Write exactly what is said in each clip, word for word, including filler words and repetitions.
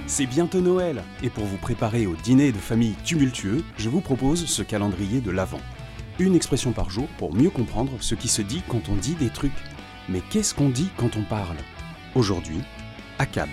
C'est bientôt Noël, et pour vous préparer au dîner de famille tumultueux, je vous propose ce calendrier de l'Avent. Une expression par jour pour mieux comprendre ce qui se dit quand on dit des trucs. Mais qu'est-ce qu'on dit quand on parle ? Aujourd'hui, A C A B.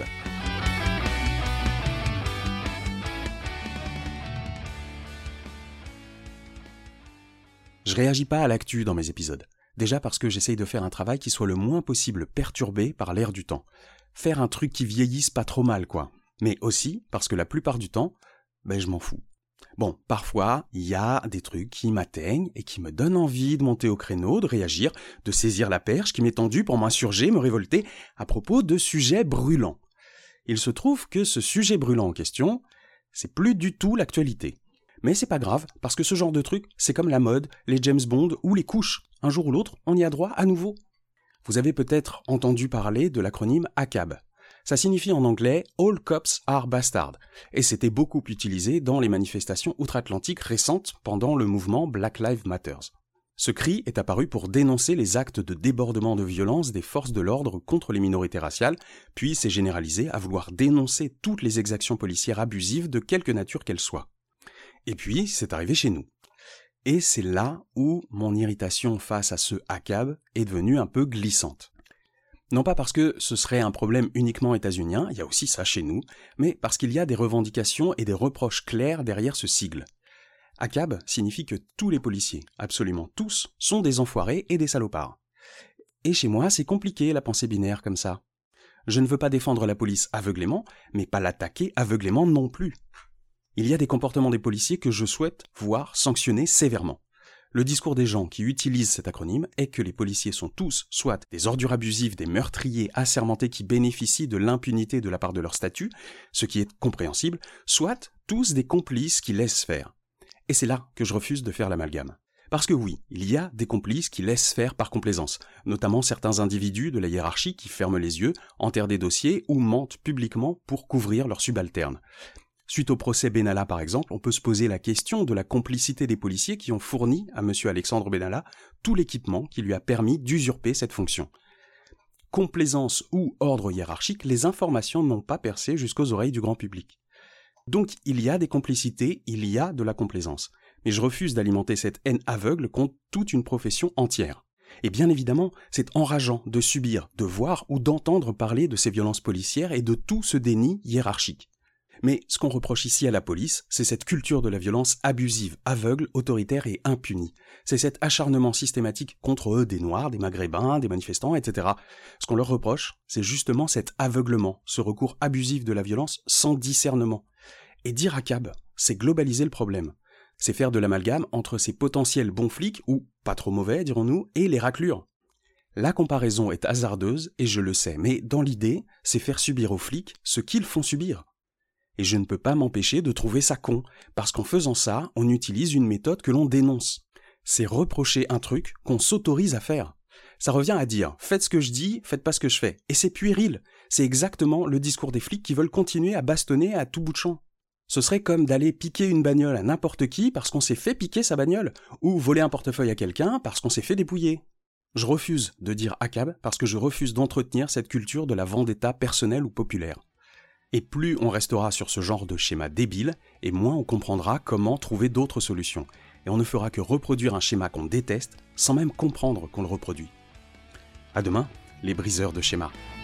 Je réagis pas à l'actu dans mes épisodes. Déjà parce que j'essaye de faire un travail qui soit le moins possible perturbé par l'air du temps. Faire un truc qui vieillisse pas trop mal, quoi. Mais aussi parce que la plupart du temps, ben je m'en fous. Bon, parfois, il y a des trucs qui m'atteignent et qui me donnent envie de monter au créneau, de réagir, de saisir la perche qui m'est tendue pour m'insurger, me révolter à propos de sujets brûlants. Il se trouve que ce sujet brûlant en question, c'est plus du tout l'actualité. Mais c'est pas grave, parce que ce genre de truc, c'est comme la mode, les James Bond ou les couches. Un jour ou l'autre, on y a droit à nouveau. Vous avez peut-être entendu parler de l'acronyme A C A B. Ça signifie en anglais « All Cops are Bastards » et c'était beaucoup utilisé dans les manifestations outre-Atlantique récentes pendant le mouvement Black Lives Matter. Ce cri est apparu pour dénoncer les actes de débordement de violence des forces de l'ordre contre les minorités raciales, puis s'est généralisé à vouloir dénoncer toutes les exactions policières abusives de quelque nature qu'elles soient. Et puis, c'est arrivé chez nous. Et c'est là où mon irritation face à ce A C A B est devenue un peu glissante. Non pas parce que ce serait un problème uniquement états-unien, il y a aussi ça chez nous, mais parce qu'il y a des revendications et des reproches clairs derrière ce sigle. A C A B signifie que tous les policiers, absolument tous, sont des enfoirés et des salopards. Et chez moi, c'est compliqué la pensée binaire comme ça. Je ne veux pas défendre la police aveuglément, mais pas l'attaquer aveuglément non plus. Il y a des comportements des policiers que je souhaite voir sanctionnés sévèrement. Le discours des gens qui utilisent cet acronyme est que les policiers sont tous soit des ordures abusives, des meurtriers assermentés qui bénéficient de l'impunité de la part de leur statut, ce qui est compréhensible, soit tous des complices qui laissent faire. Et c'est là que je refuse de faire l'amalgame. Parce que oui, il y a des complices qui laissent faire par complaisance, notamment certains individus de la hiérarchie qui ferment les yeux, enterrent des dossiers ou mentent publiquement pour couvrir leurs subalternes. Suite au procès Benalla par exemple, on peut se poser la question de la complicité des policiers qui ont fourni à M. Alexandre Benalla tout l'équipement qui lui a permis d'usurper cette fonction. Complaisance ou ordre hiérarchique, les informations n'ont pas percé jusqu'aux oreilles du grand public. Donc il y a des complicités, il y a de la complaisance. Mais je refuse d'alimenter cette haine aveugle contre toute une profession entière. Et bien évidemment, c'est enrageant de subir, de voir ou d'entendre parler de ces violences policières et de tout ce déni hiérarchique. Mais ce qu'on reproche ici à la police, c'est cette culture de la violence abusive, aveugle, autoritaire et impunie. C'est cet acharnement systématique contre eux des Noirs, des Maghrébins, des manifestants, et cetera. Ce qu'on leur reproche, c'est justement cet aveuglement, ce recours abusif de la violence sans discernement. Et dire A C A B, c'est globaliser le problème. C'est faire de l'amalgame entre ces potentiels bons flics, ou pas trop mauvais, dirons-nous, et les raclures. La comparaison est hasardeuse, et je le sais, mais dans l'idée, c'est faire subir aux flics ce qu'ils font subir. Et je ne peux pas m'empêcher de trouver ça con, parce qu'en faisant ça, on utilise une méthode que l'on dénonce. C'est reprocher un truc qu'on s'autorise à faire. Ça revient à dire « faites ce que je dis, faites pas ce que je fais ». Et c'est puéril. C'est exactement le discours des flics qui veulent continuer à bastonner à tout bout de champ. Ce serait comme d'aller piquer une bagnole à n'importe qui parce qu'on s'est fait piquer sa bagnole, ou voler un portefeuille à quelqu'un parce qu'on s'est fait dépouiller. Je refuse de dire A C A B parce que je refuse d'entretenir cette culture de la vendetta personnelle ou populaire. Et plus on restera sur ce genre de schéma débile, et moins on comprendra comment trouver d'autres solutions. Et on ne fera que reproduire un schéma qu'on déteste, sans même comprendre qu'on le reproduit. À demain, les briseurs de schémas.